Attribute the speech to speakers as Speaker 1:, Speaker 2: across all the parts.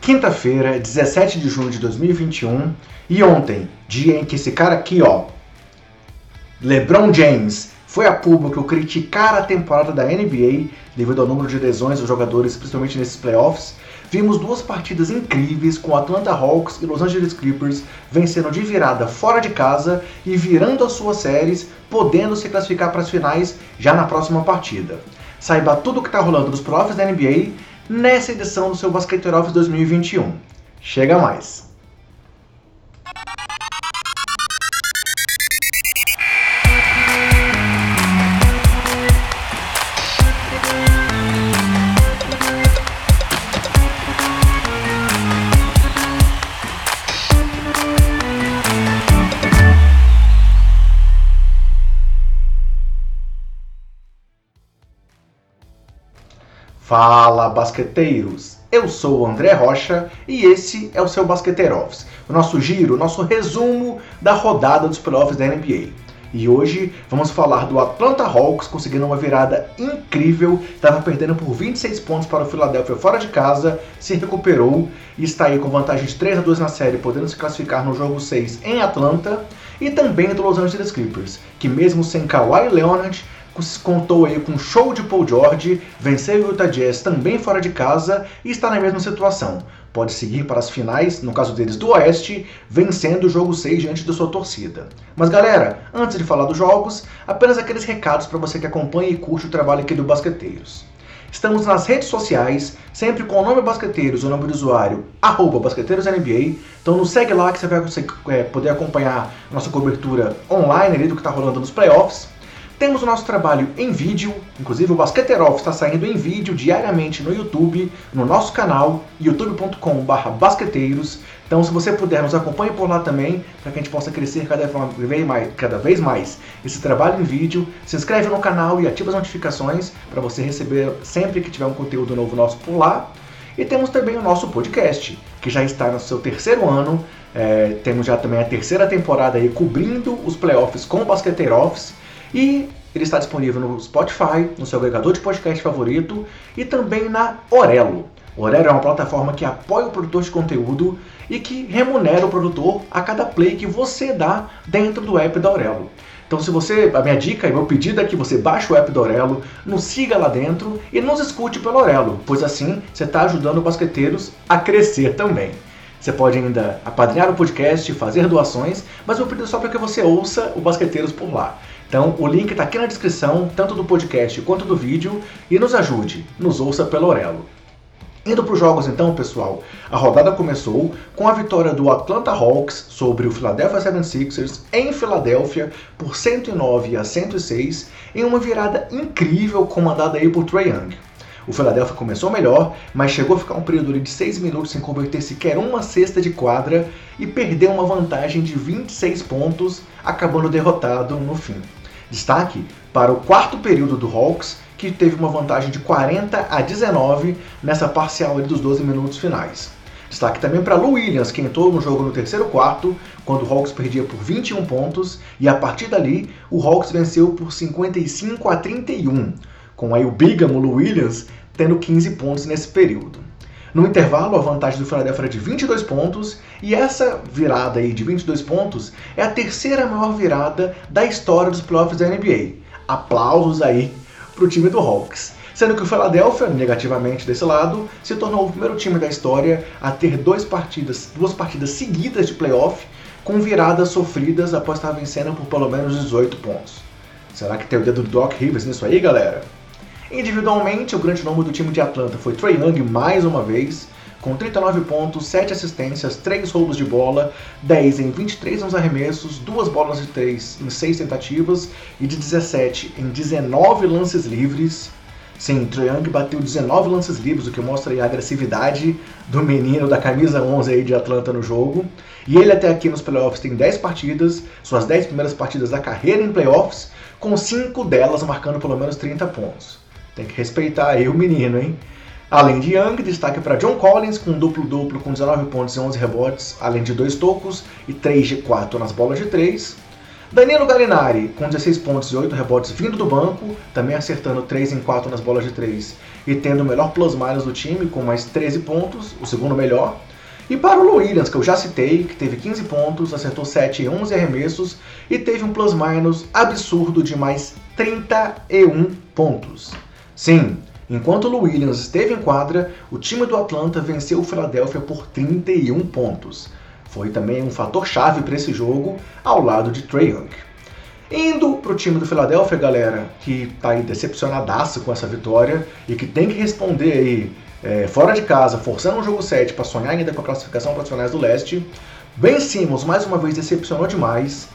Speaker 1: Quinta-feira, 17 de junho de 2021, e ontem, dia em que esse cara aqui, LeBron James, foi a público criticar a temporada da NBA devido ao número de lesões dos jogadores, principalmente nesses playoffs, vimos duas partidas incríveis com Atlanta Hawks e Los Angeles Clippers vencendo de virada fora de casa e virando as suas séries, podendo se classificar para as finais já na próxima partida. Saiba tudo o que está rolando nos playoffs da NBA nessa edição do seu Basquete Office 2021. Chega mais! Fala, basqueteiros! Eu sou o André Rocha e esse é o seu Basquete Office, o nosso giro, o nosso resumo da rodada dos playoffs da NBA. E hoje vamos falar do Atlanta Hawks conseguindo uma virada incrível, estava perdendo por 26 pontos para o Philadelphia fora de casa, se recuperou e está aí com vantagem de 3-2 na série, podendo se classificar no jogo 6 em Atlanta, e também do Los Angeles Clippers, que mesmo sem Kawhi Leonard, contou aí com um show de Paul George, venceu o Utah Jazz também fora de casa e está na mesma situação. Pode seguir para as finais, no caso deles do Oeste, vencendo o jogo 6 diante da sua torcida. Mas galera, antes de falar dos jogos, apenas aqueles recados para você que acompanha e curte o trabalho aqui do Basqueteiros. Estamos nas redes sociais, sempre com o nome Basqueteiros, o nome do usuário, @BasqueteirosNBA. Então nos segue lá que você vai poder acompanhar nossa cobertura online ali do que está rolando nos playoffs. Temos o nosso trabalho em vídeo, inclusive o Basquete Office está saindo em vídeo diariamente no YouTube, no nosso canal, youtube.com/basqueteiros. Então se você puder, nos acompanhe por lá também, para que a gente possa crescer cada vez mais esse trabalho em vídeo. Se inscreve no canal e ativa as notificações para você receber sempre que tiver um conteúdo novo nosso por lá. E temos também o nosso podcast, que já está no seu terceiro ano. Temos já também a terceira temporada aí cobrindo os playoffs com o Basquete Office. E ele está disponível no Spotify, no seu agregador de podcast favorito e também na Orelo. Orelo é uma plataforma que apoia o produtor de conteúdo e que remunera o produtor a cada play que você dá dentro do app da Orelo. Então a minha dica e meu pedido é que você baixe o app da Orelo, nos siga lá dentro e nos escute pelo Orelo, pois assim você está ajudando os basqueteiros a crescer também. Você pode ainda apadrinhar o podcast, fazer doações, mas meu pedido é só para que você ouça o Basqueteiros por lá. Então o link está aqui na descrição, tanto do podcast quanto do vídeo, e nos ajude, nos ouça pelo Orelo. Indo para os jogos então, pessoal, a rodada começou com a vitória do Atlanta Hawks sobre o Philadelphia 76ers em Filadélfia por 109-106, em uma virada incrível comandada aí por Trae Young. O Philadelphia começou melhor, mas chegou a ficar um período de 6 minutos sem converter sequer uma cesta de quadra e perdeu uma vantagem de 26 pontos, acabando derrotado no fim. Destaque para o quarto período do Hawks, que teve uma vantagem de 40-19 nessa parcial dos 12 minutos finais. Destaque também para Lou Williams, que entrou no jogo no terceiro quarto, quando o Hawks perdia por 21 pontos, e a partir dali o Hawks venceu por 55-31. Com aí o bígamo Lou Williams tendo 15 pontos nesse período. No intervalo, a vantagem do Philadelphia era de 22 pontos, e essa virada aí de 22 pontos é a terceira maior virada da história dos playoffs da NBA. Aplausos aí para o time do Hawks. Sendo que o Philadelphia, negativamente desse lado, se tornou o primeiro time da história a ter duas partidas seguidas de playoff com viradas sofridas após estar vencendo por pelo menos 18 pontos. Será que tem o dedo do Doc Rivers nisso aí, galera? Individualmente, o grande nome do time de Atlanta foi Trae Young mais uma vez, com 39 pontos, 7 assistências, 3 roubos de bola, 10 em 23 nos arremessos, 2 bolas de 3 em 6 tentativas e de 17 em 19 lances livres. Sim, Trae Young bateu 19 lances livres, o que mostra aí a agressividade do menino da camisa 11 aí de Atlanta no jogo. E ele até aqui nos playoffs tem 10 partidas, suas 10 primeiras partidas da carreira em playoffs, com 5 delas marcando pelo menos 30 pontos. Tem que respeitar aí o menino, hein? Além de Young, destaque para John Collins com um duplo-duplo com 19 pontos e 11 rebotes, além de 2 tocos e 3 de 4 nas bolas de 3. Danilo Gallinari, com 16 pontos e 8 rebotes vindo do banco, também acertando 3 em 4 nas bolas de 3 e tendo o melhor plus-minus do time, com mais 13 pontos, o segundo melhor. E para o Lou Williams, que eu já citei, que teve 15 pontos, acertou 7 em 11 arremessos e teve um plus-minus absurdo de mais 31 pontos. Sim, enquanto o Lou Williams esteve em quadra, o time do Atlanta venceu o Philadelphia por 31 pontos. Foi também um fator chave para esse jogo, ao lado de Trae Young. Indo para o time do Philadelphia, galera, que está aí decepcionadaço com essa vitória e que tem que responder aí fora de casa, forçando um jogo 7 para sonhar ainda com a classificação para as finais do leste. Ben Simmons, mais uma vez, decepcionou demais.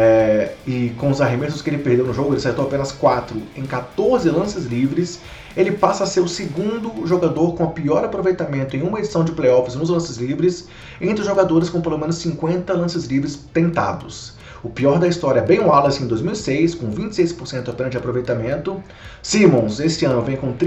Speaker 1: E com os arremessos que ele perdeu no jogo, ele acertou apenas 4 em 14 lances livres. Ele passa a ser o segundo jogador com o pior aproveitamento em uma edição de playoffs nos lances livres, entre os jogadores com pelo menos 50 lances livres tentados. O pior da história é Ben Wallace em 2006, com 26% apenas de aproveitamento. Simmons, esse ano, vem com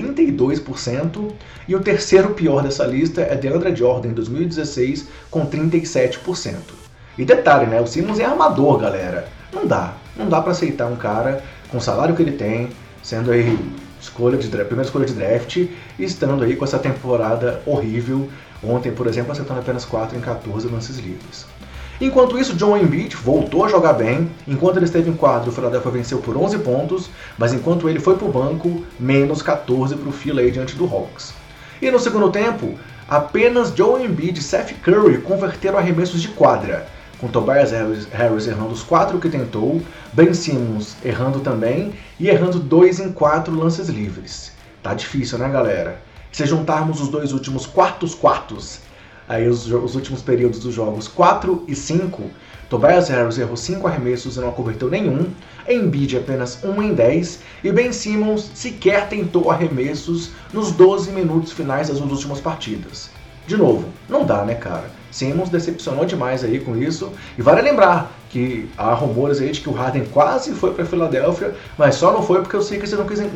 Speaker 1: 32%. E o terceiro pior dessa lista é DeAndre Jordan, em 2016, com 37%. E detalhe, né? O Simmons é armador, galera. Não dá pra aceitar um cara com o salário que ele tem, sendo aí primeira escolha de draft, e estando aí com essa temporada horrível. Ontem, por exemplo, acertando apenas 4 em 14 lances livres. Enquanto isso, Joel Embiid voltou a jogar bem. Enquanto ele esteve em quadro, o Philadelphia venceu por 11 pontos, mas enquanto ele foi para o banco, menos 14 para o Philly diante do Hawks. E no segundo tempo, apenas Joel Embiid e Seth Curry converteram arremessos de quadra, com Tobias Harris errando os 4 que tentou, Ben Simmons errando também e errando 2 em 4 lances livres. Tá difícil, né, galera? Se juntarmos os dois últimos quartos, aí os últimos períodos dos jogos 4 e 5, Tobias Harris errou 5 arremessos e não converteu nenhum, Embiid apenas 1 em 10 e Ben Simmons sequer tentou arremessos nos 12 minutos finais das últimas partidas. De novo, não dá, né, cara? Simmons decepcionou demais aí com isso, e vale lembrar que há rumores aí de que o Harden quase foi para Filadélfia, mas só não foi porque o Sixers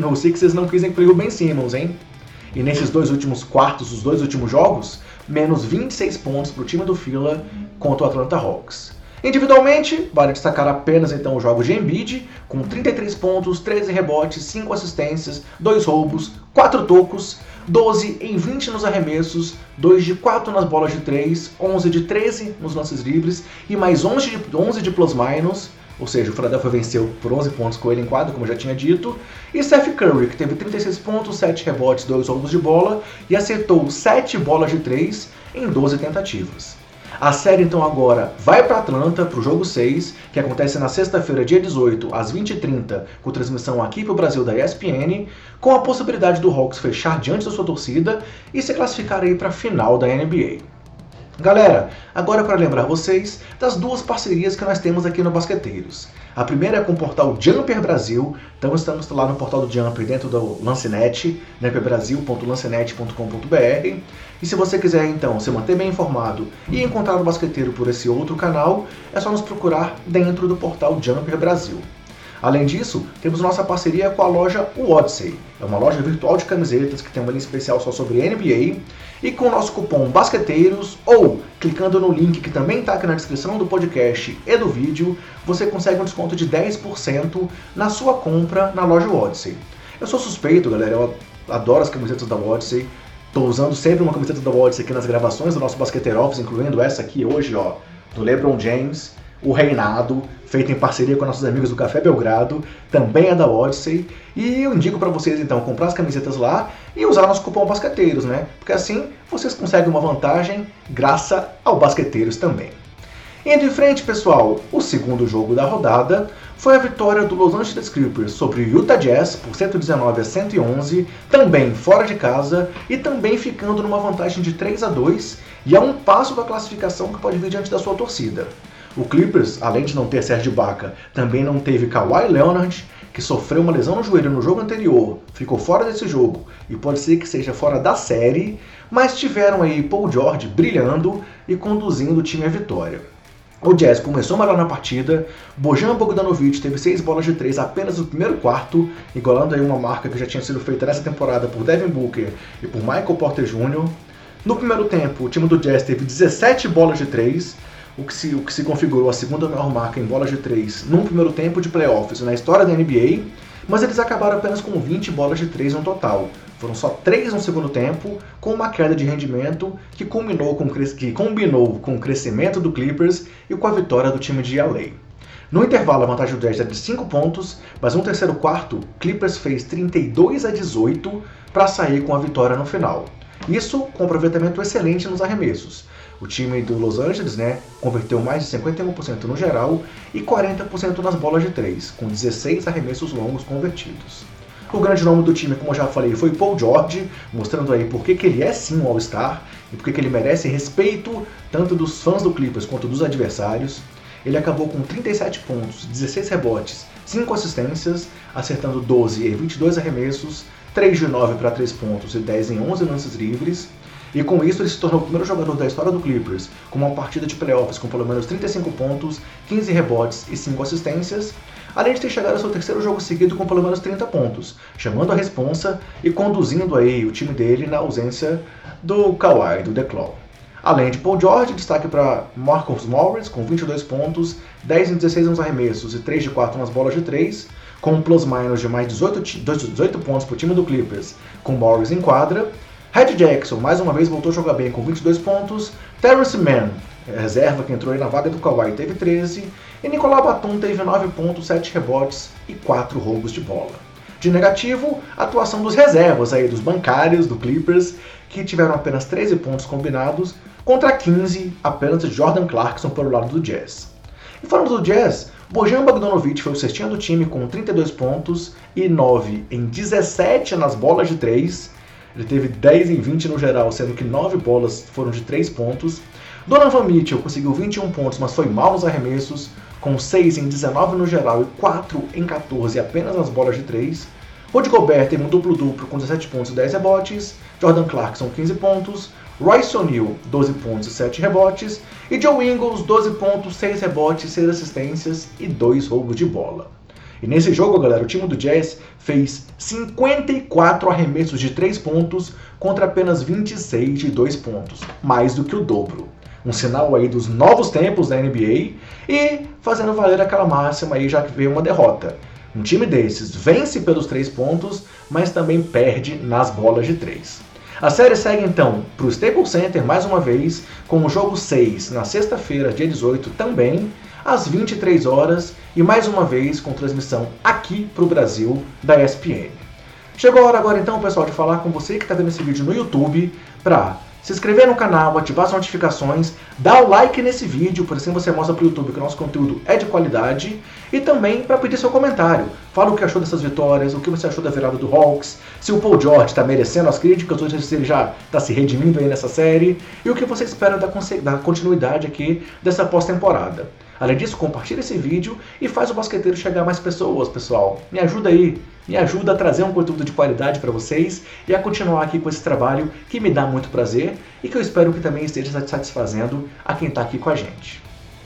Speaker 1: não quis incluir o Ben Simmons, hein? E nesses dois últimos quartos, os dois últimos jogos, menos 26 pontos para o time do Philly contra o Atlanta Hawks. Individualmente, vale destacar apenas então os jogos de Embiid, com 33 pontos, 13 rebotes, 5 assistências, 2 roubos, 4 tocos, 12 em 20 nos arremessos, 2 de 4 nas bolas de 3, 11 de 13 nos lances livres e mais 11 de plus-minus, ou seja, o Philadelphia venceu por 11 pontos com ele em quadro, como eu já tinha dito, e Seth Curry, que teve 36 pontos, 7 rebotes, 2 roubos de bola e acertou 7 bolas de 3 em 12 tentativas. A série então agora vai para Atlanta, para o jogo 6, que acontece na sexta-feira, dia 18, às 20h30, com transmissão aqui para o Brasil da ESPN, com a possibilidade do Hawks fechar diante da sua torcida e se classificar aí para a final da NBA. Galera, agora para lembrar vocês das duas parcerias que nós temos aqui no Basqueteiros. A primeira é com o portal Jumper Brasil, então estamos lá no portal do Jumper dentro do Lancenet, jumperbrasil.lancenet.com.br. E se você quiser então se manter bem informado e encontrar o Basqueteiro por esse outro canal, é só nos procurar dentro do portal Jumper Brasil. Além disso, temos nossa parceria com a loja Odyssey. É uma loja virtual de camisetas que tem uma linha especial só sobre NBA. E com o nosso cupom BASQUETEIROS, ou clicando no link que também está aqui na descrição do podcast e do vídeo, você consegue um desconto de 10% na sua compra na loja Odyssey. Eu sou suspeito, galera, eu adoro as camisetas da Odyssey. Estou usando sempre uma camiseta da Odyssey aqui nas gravações do nosso Basqueteiro Office, incluindo essa aqui hoje, ó, do LeBron James. O Reinado, feito em parceria com nossos amigos do Café Belgrado, também é da Odyssey. E eu indico para vocês então comprar as camisetas lá e usar nosso cupom Basqueteiros, né? Porque assim vocês conseguem uma vantagem graças ao Basqueteiros também. Indo em frente, pessoal, o segundo jogo da rodada foi a vitória do Los Angeles Clippers sobre o Utah Jazz por 119-111, também fora de casa e também ficando numa vantagem de 3-2 e a um passo da classificação que pode vir diante da sua torcida. O Clippers, além de não ter Serge Ibaka, também não teve Kawhi Leonard, que sofreu uma lesão no joelho no jogo anterior, ficou fora desse jogo e pode ser que seja fora da série, mas tiveram aí Paul George brilhando e conduzindo o time à vitória. O Jazz começou melhor na partida, Bojan Bogdanovic teve 6 bolas de 3 apenas no primeiro quarto, igualando aí uma marca que já tinha sido feita nessa temporada por Devin Booker e por Michael Porter Jr. No primeiro tempo, o time do Jazz teve 17 bolas de 3, o que se configurou a segunda maior marca em bolas de 3 num primeiro tempo de playoffs na história da NBA, mas eles acabaram apenas com 20 bolas de 3 no total. Foram só 3 no segundo tempo, com uma queda de rendimento que combinou com o crescimento do Clippers e com a vitória do time de LA. No intervalo, a vantagem do Jazz era de 5 pontos, mas no terceiro quarto, Clippers fez 32-18 para sair com a vitória no final. Isso com um aproveitamento excelente nos arremessos. O time do Los Angeles, converteu mais de 51% no geral e 40% nas bolas de 3, com 16 arremessos longos convertidos. O grande nome do time, como eu já falei, foi Paul George, mostrando aí por que ele é sim um All-Star e por que ele merece respeito tanto dos fãs do Clippers quanto dos adversários. Ele acabou com 37 pontos, 16 rebotes, 5 assistências, acertando 12 em 22 arremessos, 3 de 9 para 3 pontos e 10 em 11 lances livres. E com isso ele se tornou o primeiro jogador da história do Clippers com uma partida de playoffs com pelo menos 35 pontos, 15 rebotes e 5 assistências, além de ter chegado ao seu terceiro jogo seguido com pelo menos 30 pontos, chamando a responsa e conduzindo aí o time dele na ausência do Kawhi, do The Claw. Além de Paul George, destaque para Marcus Morris, com 22 pontos, 10 em 16 nos arremessos e 3 de 4 nas bolas de 3, com um plus-minus de mais 18 pontos para o time do Clippers, com Morris em quadra. Red Jackson, mais uma vez, voltou a jogar bem com 22 pontos, Terrence Mann, reserva que entrou aí na vaga do Kawhi, teve 13, e Nicolas Batum teve 9 pontos, 7 rebotes e 4 roubos de bola. De negativo, a atuação dos reservas aí, dos bancários do Clippers, que tiveram apenas 13 pontos combinados, contra 15 apenas de Jordan Clarkson pelo lado do Jazz. E falando do Jazz, Bojan Bogdanovic foi o cestinha do time com 32 pontos e 9 em 17 nas bolas de 3. Ele teve 10 em 20 no geral, sendo que 9 bolas foram de 3 pontos. Donovan Mitchell conseguiu 21 pontos, mas foi mal nos arremessos, com 6 em 19 no geral e 4 em 14 apenas nas bolas de 3. Rudy Gobert teve um duplo-duplo com 17 pontos e 10 rebotes, Jordan Clarkson 15 pontos, Royce O'Neal 12 pontos e 7 rebotes, e Joe Ingles 12 pontos, 6 rebotes, 6 assistências e 2 roubos de bola. E nesse jogo, galera, o time do Jazz fez 54 arremessos de 3 pontos contra apenas 26 de 2 pontos, mais do que o dobro. Um sinal aí dos novos tempos da NBA e fazendo valer aquela máxima aí, já que veio uma derrota. Um time desses vence pelos 3 pontos, mas também perde nas bolas de 3. A série segue então para o Staples Center mais uma vez, com o jogo 6 na sexta-feira, dia 18 também, às 23 horas e mais uma vez com transmissão aqui para o Brasil da ESPN. Chegou a hora agora então, pessoal, de falar com você que está vendo esse vídeo no YouTube para se inscrever no canal, ativar as notificações, dar o like nesse vídeo, por assim você mostra para o YouTube que o nosso conteúdo é de qualidade, e também para pedir seu comentário. Fala o que achou dessas vitórias, o que você achou da virada do Hawks, se o Paul George está merecendo as críticas, ou se ele já está se redimindo aí nessa série, e o que você espera da continuidade aqui dessa pós-temporada. Além disso, compartilha esse vídeo e faz o basqueteiro chegar a mais pessoas, pessoal. Me ajuda aí, me ajuda a trazer um conteúdo de qualidade para vocês e a continuar aqui com esse trabalho que me dá muito prazer e que eu espero que também esteja satisfazendo a quem está aqui com a gente.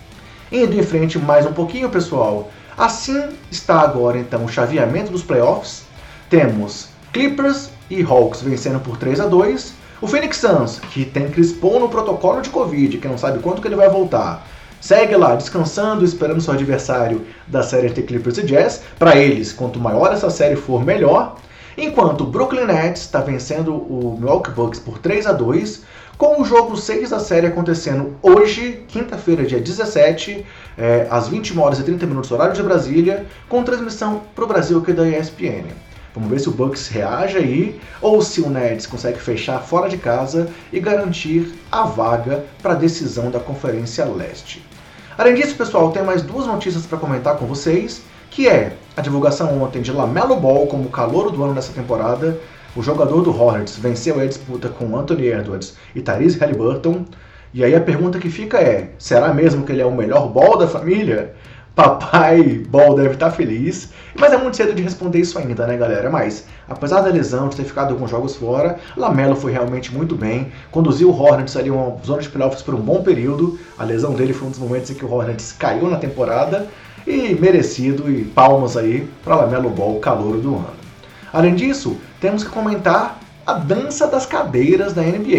Speaker 1: Indo em frente mais um pouquinho, pessoal, assim está agora então o chaveamento dos playoffs. Temos Clippers e Hawks vencendo por 3-2, o Phoenix Suns, que tem Chris Paul no protocolo de Covid, que não sabe quando que ele vai voltar, segue lá, descansando, esperando seu adversário da série entre Clippers e Jazz. Para eles, quanto maior essa série for, melhor. Enquanto o Brooklyn Nets está vencendo o Milwaukee Bucks por 3-2, com o jogo 6 da série acontecendo hoje, quinta-feira, dia 17, às 21h30, horário de Brasília, com transmissão para o Brasil aqui da ESPN. Vamos ver se o Bucks reage aí, ou se o Nets consegue fechar fora de casa e garantir a vaga para a decisão da Conferência Leste. Além disso, pessoal, tem mais 2 notícias para comentar com vocês, que é a divulgação ontem de LaMelo Ball como calouro do ano nessa temporada. O jogador do Hornets venceu a disputa com Anthony Edwards e Tyrese Haliburton. E aí a pergunta que fica é, será mesmo que ele é o melhor Ball da família? Papai Ball deve estar feliz, mas é muito cedo de responder isso ainda, né, galera? Mas, apesar da lesão, de ter ficado alguns jogos fora, LaMelo foi realmente muito bem, conduziu o Hornets ali uma zona de playoffs por um bom período. A lesão dele foi um dos momentos em que o Hornets caiu na temporada, e merecido, e palmas aí para LaMelo Ball, calouro do ano. Além disso, temos que comentar a dança das cadeiras da NBA.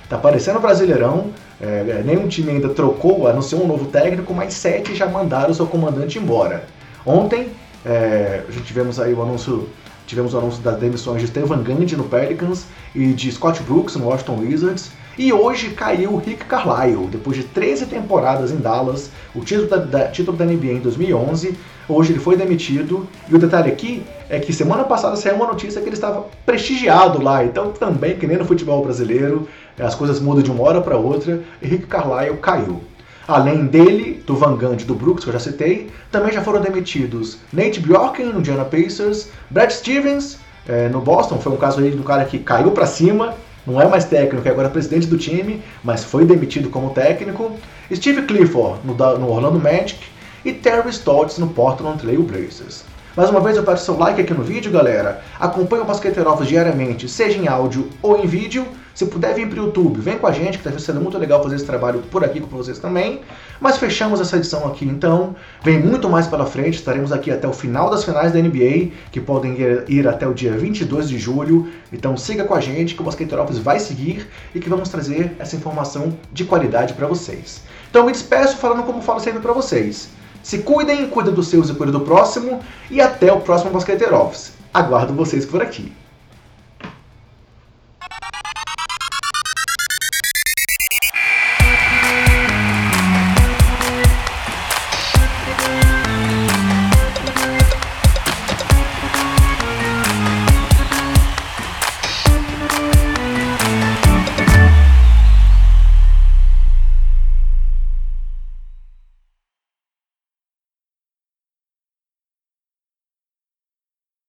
Speaker 1: Tá parecendo Brasileirão, nenhum time ainda trocou, anunciou um novo técnico, mas 7 já mandaram o seu comandante embora. Ontem, a gente tivemos aí o anúncio das demissões de Steven Gandhi no Pelicans e de Scott Brooks no Washington Wizards. E hoje caiu o Rick Carlisle, depois de 13 temporadas em Dallas, o título da NBA em 2011, hoje ele foi demitido. E o detalhe aqui é que semana passada saiu uma notícia que ele estava prestigiado lá, então também, que nem no futebol brasileiro, as coisas mudam de uma hora para outra, e Rick Carlisle caiu. Além dele, do Van Gundy e do Brooks, que eu já citei, também já foram demitidos Nate Bjorken no Indiana Pacers, Brad Stevens no Boston, foi um caso aí do cara que caiu para cima, não é mais técnico, é agora presidente do time, mas foi demitido como técnico, Steve Clifford no Orlando Magic e Terry Stotts no Portland Trail Blazers. Mais uma vez eu peço seu like aqui no vídeo, galera. Acompanhe o Basqueteiro Office diariamente, seja em áudio ou em vídeo. Se puder vir para o YouTube, vem com a gente, que está sendo muito legal fazer esse trabalho por aqui com vocês também. Mas fechamos essa edição aqui então. Vem muito mais pela frente, estaremos aqui até o final das finais da NBA, que podem ir até o dia 22 de julho. Então siga com a gente, que o Basqueteiro Office vai seguir e que vamos trazer essa informação de qualidade para vocês. Então eu me despeço falando como falo sempre para vocês. Se cuidem, cuidem dos seus e cuidem do próximo. E até o próximo Basqueteiro Office. Aguardo vocês por aqui.